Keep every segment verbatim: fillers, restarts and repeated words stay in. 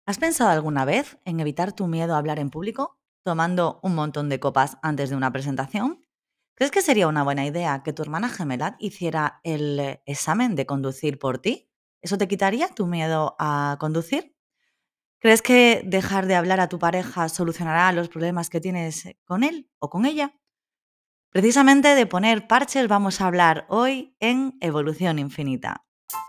¿Has pensado alguna vez en evitar tu miedo a hablar en público, tomando un montón de copas antes de una presentación? ¿Crees que sería una buena idea que tu hermana gemela hiciera el eh, examen de conducir por ti? ¿Eso te quitaría tu miedo a conducir? ¿Crees que dejar de hablar a tu pareja solucionará los problemas que tienes eh, con él o con ella? Precisamente de poner parches vamos a hablar hoy en Evolución Infinita.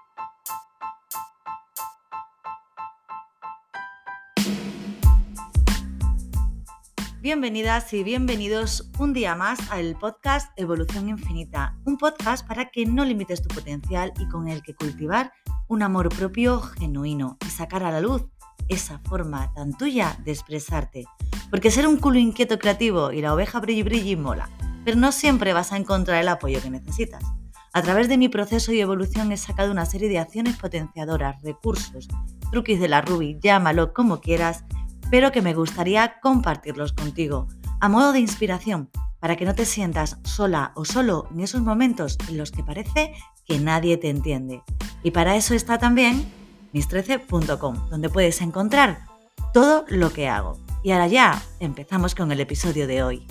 Bienvenidas y bienvenidos un día más al podcast Evolución Infinita, un podcast para que no limites tu potencial y con el que cultivar un amor propio genuino y sacar a la luz esa forma tan tuya de expresarte. Porque ser un culo inquieto creativo y la oveja brilli brilli mola, pero no siempre vas a encontrar el apoyo que necesitas. A través de mi proceso y evolución he sacado una serie de acciones potenciadoras, recursos, truquis de la Ruby, llámalo como quieras, pero que me gustaría compartirlos contigo, a modo de inspiración, para que no te sientas sola o solo en esos momentos en los que parece que nadie te entiende. Y para eso está también mis trece punto com, donde puedes encontrar todo lo que hago. Y ahora ya empezamos con el episodio de hoy.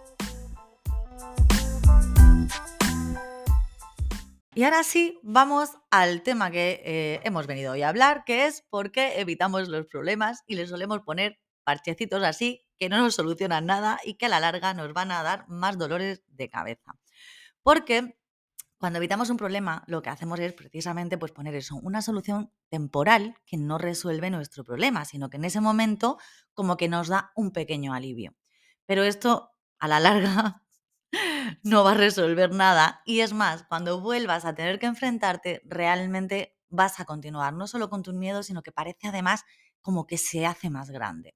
Y ahora sí, vamos al tema que eh, hemos venido hoy a hablar, que es por qué evitamos los problemas y les solemos poner parchecitos así que no nos solucionan nada y que a la larga nos van a dar más dolores de cabeza. Porque cuando evitamos un problema, lo que hacemos es precisamente pues, poner eso, una solución temporal que no resuelve nuestro problema, sino que en ese momento como que nos da un pequeño alivio. Pero esto a la larga no va a resolver nada y es más, cuando vuelvas a tener que enfrentarte, realmente vas a continuar, no solo con tus miedos, sino que parece además como que se hace más grande.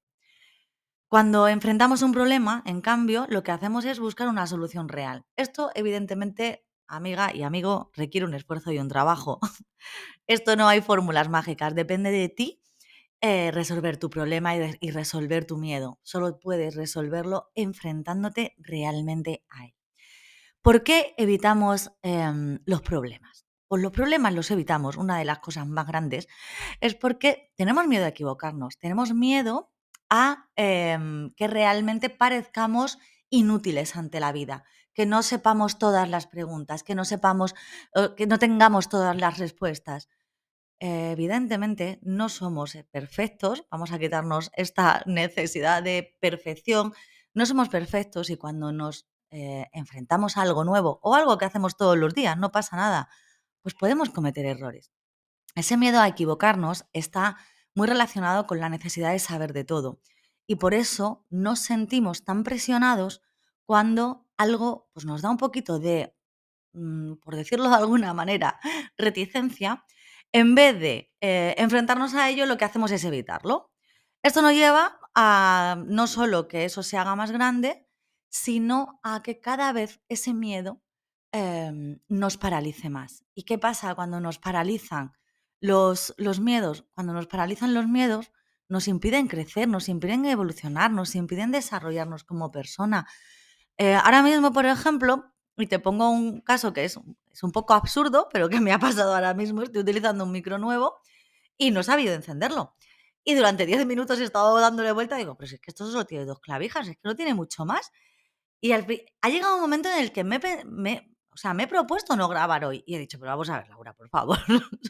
Cuando enfrentamos un problema, en cambio, lo que hacemos es buscar una solución real. Esto, evidentemente, amiga y amigo, requiere un esfuerzo y un trabajo. Esto no hay fórmulas mágicas, depende de ti eh, resolver tu problema y, de- y resolver tu miedo. Solo puedes resolverlo enfrentándote realmente a él. ¿Por qué evitamos em, los problemas? Pues los problemas los evitamos, una de las cosas más grandes, es porque tenemos miedo a equivocarnos, tenemos miedo a em, que realmente parezcamos inútiles ante la vida, que no sepamos todas las preguntas, que no sepamos, eh, que no tengamos todas las respuestas. Eh, evidentemente no somos eh, perfectos, vamos a quitarnos esta necesidad de perfección, no somos perfectos y cuando nos eh, enfrentamos a algo nuevo o algo que hacemos todos los días, no pasa nada, pues podemos cometer errores. Ese miedo a equivocarnos está muy relacionado con la necesidad de saber de todo y por eso nos sentimos tan presionados cuando algo pues, nos da un poquito de, mm, por decirlo de alguna manera, reticencia. En vez de eh, enfrentarnos a ello, lo que hacemos es evitarlo. Esto nos lleva a no solo que eso se haga más grande, sino a que cada vez ese miedo em, nos paralice más. ¿Y qué pasa cuando nos paralizan los, los miedos? Cuando nos paralizan los miedos, nos impiden crecer, nos impiden evolucionar, nos impiden desarrollarnos como persona. Eh, ahora mismo, por ejemplo, y te pongo un caso que es, es un poco absurdo, pero que me ha pasado ahora mismo, estoy utilizando un micro nuevo y no he sabido encenderlo. Y durante diez minutos he estado dándole vuelta y digo, pero si es que esto solo tiene dos clavijas, es que no tiene mucho más. Y al fin, ha llegado un momento en el que me, he pe- me- o sea, me he propuesto no grabar hoy. Y he dicho, pero vamos a ver, Laura, por favor.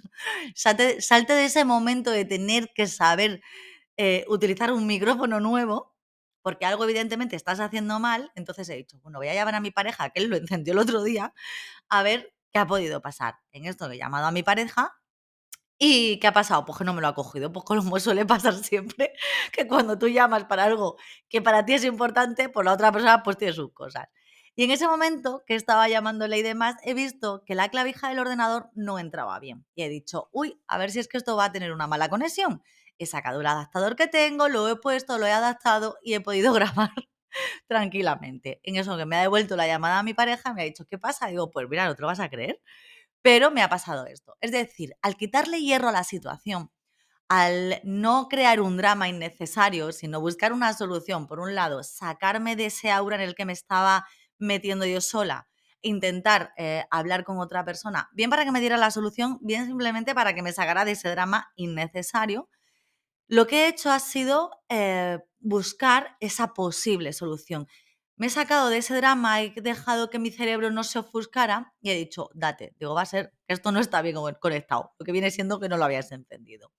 salte, salte de ese momento de tener que saber eh, utilizar un micrófono nuevo, porque algo evidentemente estás haciendo mal. Entonces he dicho, bueno, voy a llamar a mi pareja, que él lo encendió el otro día, a ver qué ha podido pasar. En esto le he llamado a mi pareja. ¿Y qué ha pasado? Pues que no me lo ha cogido, pues como suele pasar siempre, que cuando tú llamas para algo que para ti es importante, pues la otra persona pues tiene sus cosas. Y en ese momento que estaba llamándole y demás, he visto que la clavija del ordenador no entraba bien. Y he dicho, uy, a ver si es que esto va a tener una mala conexión. He sacado el adaptador que tengo, lo he puesto, lo he adaptado y he podido grabar tranquilamente. En eso que me ha devuelto la llamada a mi pareja, me ha dicho, ¿qué pasa? Digo, pues mira, no te lo vas a creer, pero me ha pasado esto. Es decir, al quitarle hierro a la situación, al no crear un drama innecesario, sino buscar una solución, por un lado, sacarme de ese aura en el que me estaba metiendo yo sola, intentar eh, hablar con otra persona, bien para que me diera la solución, bien simplemente para que me sacara de ese drama innecesario, lo que he hecho ha sido eh, buscar esa posible solución. Me he sacado de ese drama, he dejado que mi cerebro no se ofuscara y he dicho, date, digo, va a ser que esto no está bien conectado, lo que viene siendo que no lo habías entendido.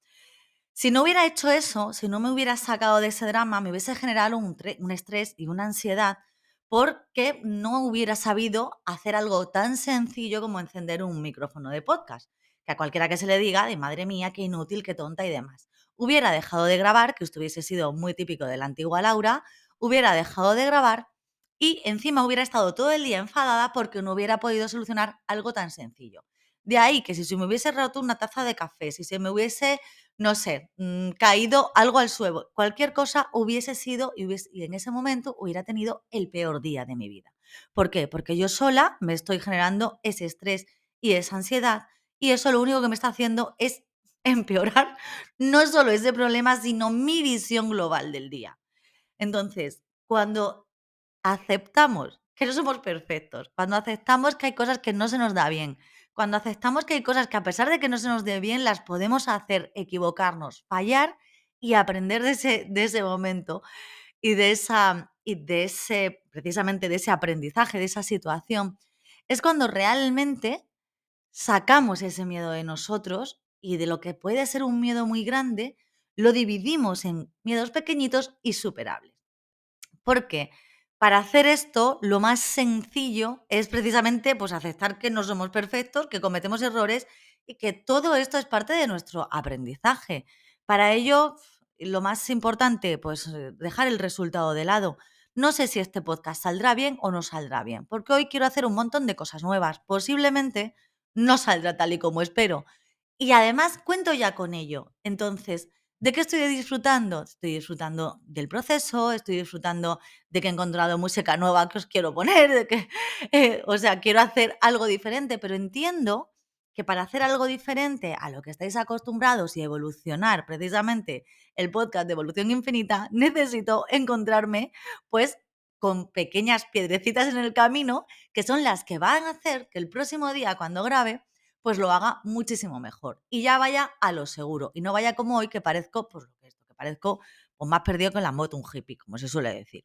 Si no hubiera hecho eso, si no me hubiera sacado de ese drama, me hubiese generado un, un estrés y una ansiedad porque no hubiera sabido hacer algo tan sencillo como encender un micrófono de podcast. Que a cualquiera que se le diga, de madre mía, qué inútil, qué tonta y demás. Hubiera dejado de grabar, que esto hubiese sido muy típico de la antigua Laura, hubiera dejado de grabar y encima hubiera estado todo el día enfadada porque no hubiera podido solucionar algo tan sencillo. De ahí que si se me hubiese roto una taza de café, si se me hubiese no sé, mm, caído algo al suelo, cualquier cosa hubiese sido y, hubiese, y en ese momento hubiera tenido el peor día de mi vida. ¿Por qué? Porque yo sola me estoy generando ese estrés y esa ansiedad y eso lo único que me está haciendo es empeorar no solo ese problema, sino mi visión global del día. Entonces, cuando aceptamos que no somos perfectos, cuando aceptamos que hay cosas que no se nos da bien, cuando aceptamos que hay cosas que a pesar de que no se nos dé bien, las podemos hacer, equivocarnos, fallar y aprender de ese, de ese momento y de, esa, y de ese, precisamente de ese aprendizaje, de esa situación, es cuando realmente sacamos ese miedo de nosotros y de lo que puede ser un miedo muy grande, lo dividimos en miedos pequeñitos y superables. Porque para hacer esto, lo más sencillo es precisamente pues, aceptar que no somos perfectos, que cometemos errores y que todo esto es parte de nuestro aprendizaje. Para ello, lo más importante, pues eh, dejar el resultado de lado. No sé si este podcast saldrá bien o no saldrá bien, porque hoy quiero hacer un montón de cosas nuevas. Posiblemente no saldrá tal y como espero. Y además cuento ya con ello. Entonces, ¿de qué estoy disfrutando? Estoy disfrutando del proceso, estoy disfrutando de que he encontrado música nueva que os quiero poner, de que, eh, o sea, quiero hacer algo diferente, pero entiendo que para hacer algo diferente a lo que estáis acostumbrados y evolucionar precisamente el podcast de Evolución Infinita, necesito encontrarme pues con pequeñas piedrecitas en el camino que son las que van a hacer que el próximo día cuando grabe pues lo haga muchísimo mejor y ya vaya a lo seguro y no vaya como hoy que parezco, pues lo que esto, que parezco pues, más perdido que en la moto un hippie, como se suele decir.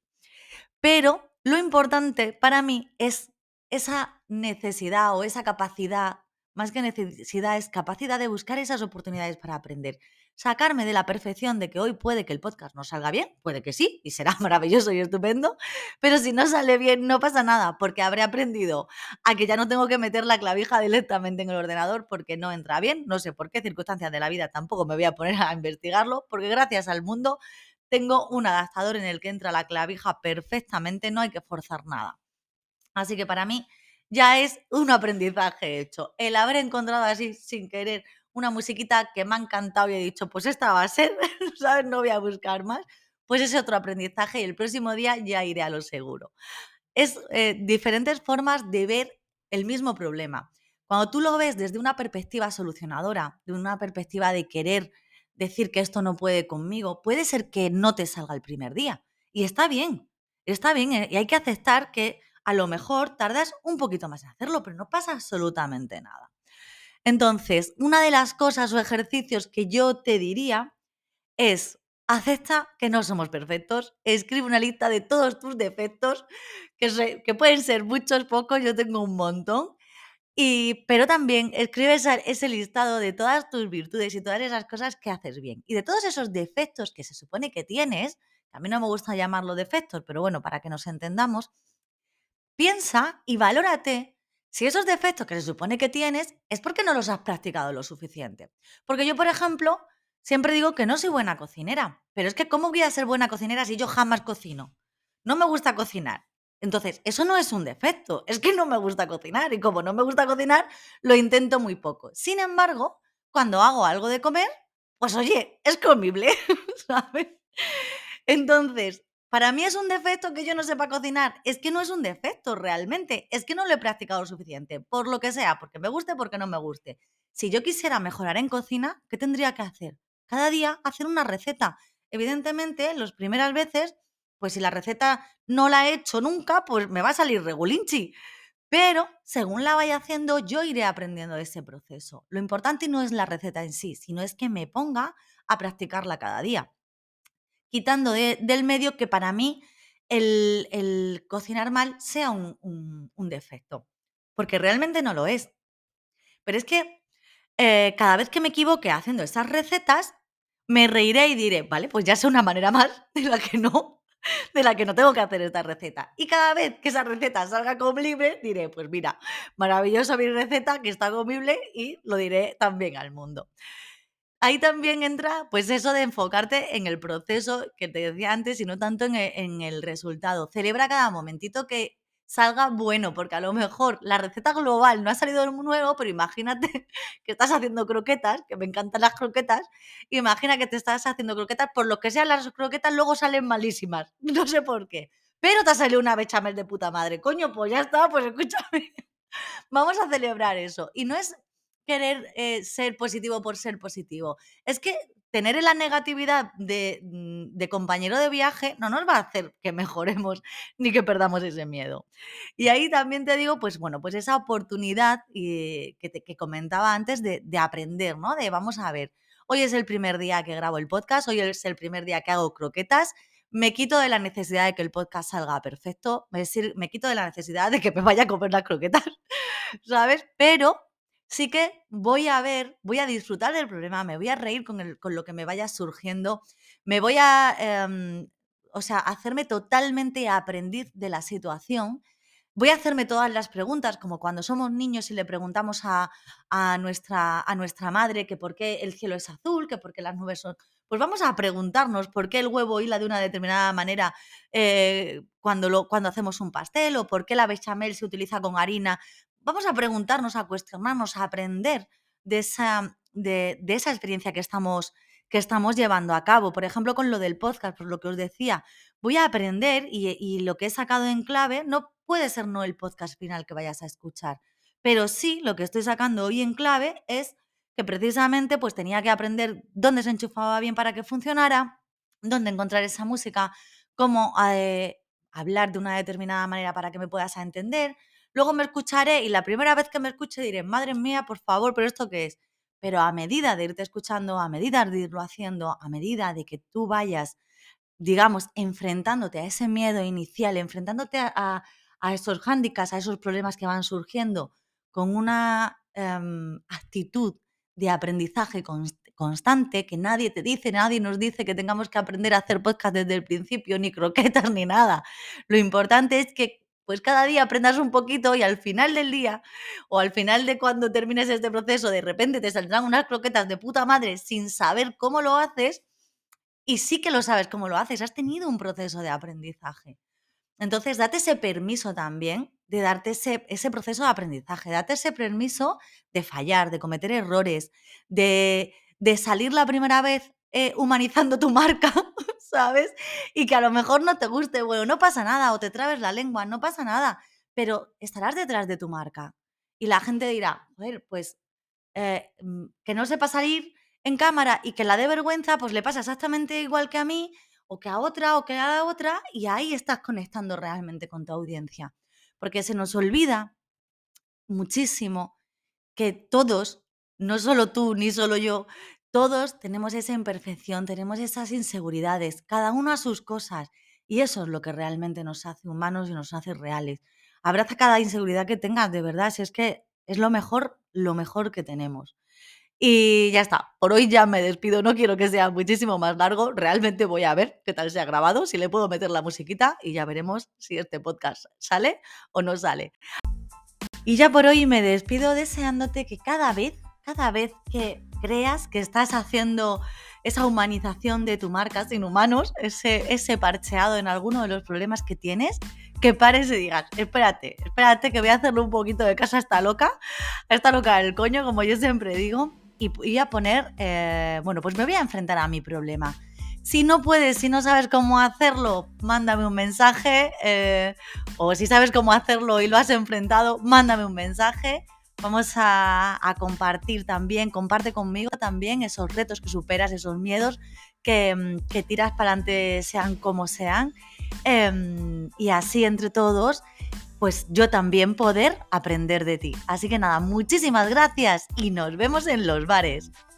Pero lo importante para mí es esa necesidad o esa capacidad, más que necesidad, es capacidad de buscar esas oportunidades para aprender. Sacarme de la perfección de que hoy puede que el podcast no salga bien, puede que sí, y será maravilloso y estupendo, pero si no sale bien no pasa nada, porque habré aprendido a que ya no tengo que meter la clavija directamente en el ordenador porque no entra bien, no sé por qué circunstancias de la vida tampoco me voy a poner a investigarlo, porque gracias al mundo tengo un adaptador en el que entra la clavija perfectamente, no hay que forzar nada. Así que para mí ya es un aprendizaje hecho. El haber encontrado así sin querer una musiquita que me ha encantado y he dicho, pues esta va a ser, ¿sabes? No voy a buscar más. Pues ese otro aprendizaje y el próximo día ya iré a lo seguro. Es eh, diferentes formas de ver el mismo problema. Cuando tú lo ves desde una perspectiva solucionadora, de una perspectiva de querer decir que esto no puede conmigo, puede ser que no te salga el primer día. Y está bien, está bien. eh, Y hay que aceptar que a lo mejor tardas un poquito más en hacerlo, pero no pasa absolutamente nada. Entonces, una de las cosas o ejercicios que yo te diría es acepta que no somos perfectos, escribe una lista de todos tus defectos, que, se- que pueden ser muchos, pocos, yo tengo un montón, y, pero también escribe esa- ese listado de todas tus virtudes y todas esas cosas que haces bien. Y de todos esos defectos que se supone que tienes, que a mí no me gusta llamarlo defectos, pero bueno, para que nos entendamos, piensa y valórate si esos defectos que se supone que tienes es porque no los has practicado lo suficiente. Porque yo, por ejemplo, siempre digo que no soy buena cocinera, pero es que ¿cómo voy a ser buena cocinera si yo jamás cocino? No me gusta cocinar. Entonces, eso no es un defecto, es que no me gusta cocinar y como no me gusta cocinar, lo intento muy poco. Sin embargo, cuando hago algo de comer, pues oye, es comible, ¿sabes? Entonces, para mí es un defecto que yo no sepa cocinar. Es que no es un defecto realmente. Es que no lo he practicado lo suficiente. Por lo que sea, porque me guste, porque no me guste. Si yo quisiera mejorar en cocina, ¿qué tendría que hacer? Cada día hacer una receta. Evidentemente, las primeras veces, pues si la receta no la he hecho nunca, pues me va a salir regulinchi. Pero según la vaya haciendo, yo iré aprendiendo de ese proceso. Lo importante no es la receta en sí, sino es que me ponga a practicarla cada día, quitando de- del medio que para mí el, el cocinar mal sea un, un- un defecto, porque realmente no lo es. Pero es que eh, cada vez que me equivoque haciendo esas recetas, me reiré y diré, vale, pues ya sé una manera más de la que no, de la que no tengo que hacer esta receta. Y cada vez que esa receta salga comible, diré, pues mira, maravillosa mi receta, que está comible y lo diré también al mundo. Ahí también entra, pues eso de enfocarte en el proceso que te decía antes y no tanto en e en el resultado. Celebra cada momentito que salga bueno, porque a lo mejor la receta global no ha salido muy nuevo, pero imagínate que estás haciendo croquetas, que me encantan las croquetas, imagina que te estás haciendo croquetas, por lo que sea, las croquetas luego salen malísimas, no sé por qué, pero te ha salido una bechamel de puta madre. Coño, pues ya está, pues escúchame. Vamos a celebrar eso. Y no es querer eh, ser positivo por ser positivo. Es que tener la negatividad de, mm, de compañero de viaje no nos va a hacer que mejoremos ni que perdamos ese miedo. Y ahí también te digo, pues bueno, pues esa oportunidad eh, que, te, que comentaba antes de, de aprender, ¿no? De vamos a ver, hoy es el primer día que grabo el podcast, hoy es el primer día que hago croquetas, me quito de la necesidad de que el podcast salga perfecto, me, decir, me quito de la necesidad de que me vaya a comer las croquetas, ¿sabes? Pero sí que voy a ver, voy a disfrutar del problema, me voy a reír con, el, con lo que me vaya surgiendo, me voy a, eh, o sea, hacerme totalmente aprendiz de la situación. Voy a hacerme todas las preguntas, como cuando somos niños y le preguntamos a, a nuestra, a nuestra madre que por qué el cielo es azul, que por qué las nubes son... Pues vamos a preguntarnos por qué el huevo hila de una determinada manera eh, cuando, lo, cuando hacemos un pastel o por qué la bechamel se utiliza con harina. Vamos a preguntarnos, a cuestionarnos, a aprender de esa, de, de esa experiencia que estamos, que estamos llevando a cabo. Por ejemplo, con lo del podcast, por lo que os decía, voy a aprender y, y lo que he sacado en clave no puede ser no el podcast final que vayas a escuchar, pero sí lo que estoy sacando hoy en clave es que precisamente pues tenía que aprender dónde se enchufaba bien para que funcionara, dónde encontrar esa música, cómo eh, hablar de una determinada manera para que me puedas entender. Luego me escucharé y la primera vez que me escuche diré, madre mía, por favor, ¿pero esto qué es? Pero a medida de irte escuchando, a medida de irlo haciendo, a medida de que tú vayas, digamos, enfrentándote a ese miedo inicial, enfrentándote a, a, a esos hándicaps, a esos problemas que van surgiendo con una um, actitud de aprendizaje const constante, que nadie te dice, nadie nos dice que tengamos que aprender a hacer podcast desde el principio, ni croquetas, ni nada. Lo importante es que pues cada día aprendas un poquito y al final del día o al final de cuando termines este proceso, de repente te saldrán unas croquetas de puta madre sin saber cómo lo haces y sí que lo sabes cómo lo haces, has tenido un proceso de aprendizaje. Entonces, date ese permiso también de darte ese, ese proceso de aprendizaje, date ese permiso de fallar, de cometer errores, de, de salir la primera vez eh, humanizando tu marca, ¿sabes? Y que a lo mejor no te guste, bueno, no pasa nada, o te trabes la lengua, no pasa nada, pero estarás detrás de tu marca. Y la gente dirá, joder, pues eh, mm, que no sepa salir en cámara y que la dé vergüenza, pues le pasa exactamente igual que a mí, o que a otra, o que a la otra, y ahí estás conectando realmente con tu audiencia. Porque se nos olvida muchísimo que todos, no solo tú ni solo yo, todos tenemos esa imperfección, tenemos esas inseguridades, cada uno a sus cosas, y eso es lo que realmente nos hace humanos y nos hace reales. Abraza cada inseguridad que tengas, de verdad, si es que es lo mejor, lo mejor que tenemos. Y ya está, por hoy ya me despido, no quiero que sea muchísimo más largo, realmente voy a ver qué tal se ha grabado, si le puedo meter la musiquita y ya veremos si este podcast sale o no sale. Y ya por hoy me despido deseándote que cada vez, cada vez que creas que estás haciendo esa humanización de tu marca sin humanos, ese, ese parcheado en alguno de los problemas que tienes, que pares y digas, espérate, espérate que voy a hacerle un poquito de caso a esta loca, a esta loca del coño, como yo siempre digo, y voy a poner, eh, bueno, pues me voy a enfrentar a mi problema. Si no puedes, si no sabes cómo hacerlo, mándame un mensaje. Eh, o si sabes cómo hacerlo y lo has enfrentado, mándame un mensaje. Vamos a, a compartir también, comparte conmigo también esos retos que superas, esos miedos que, que tiras para adelante, sean como sean. Eh, y así entre todos, pues yo también poder aprender de ti. Así que nada, muchísimas gracias y nos vemos en los bares.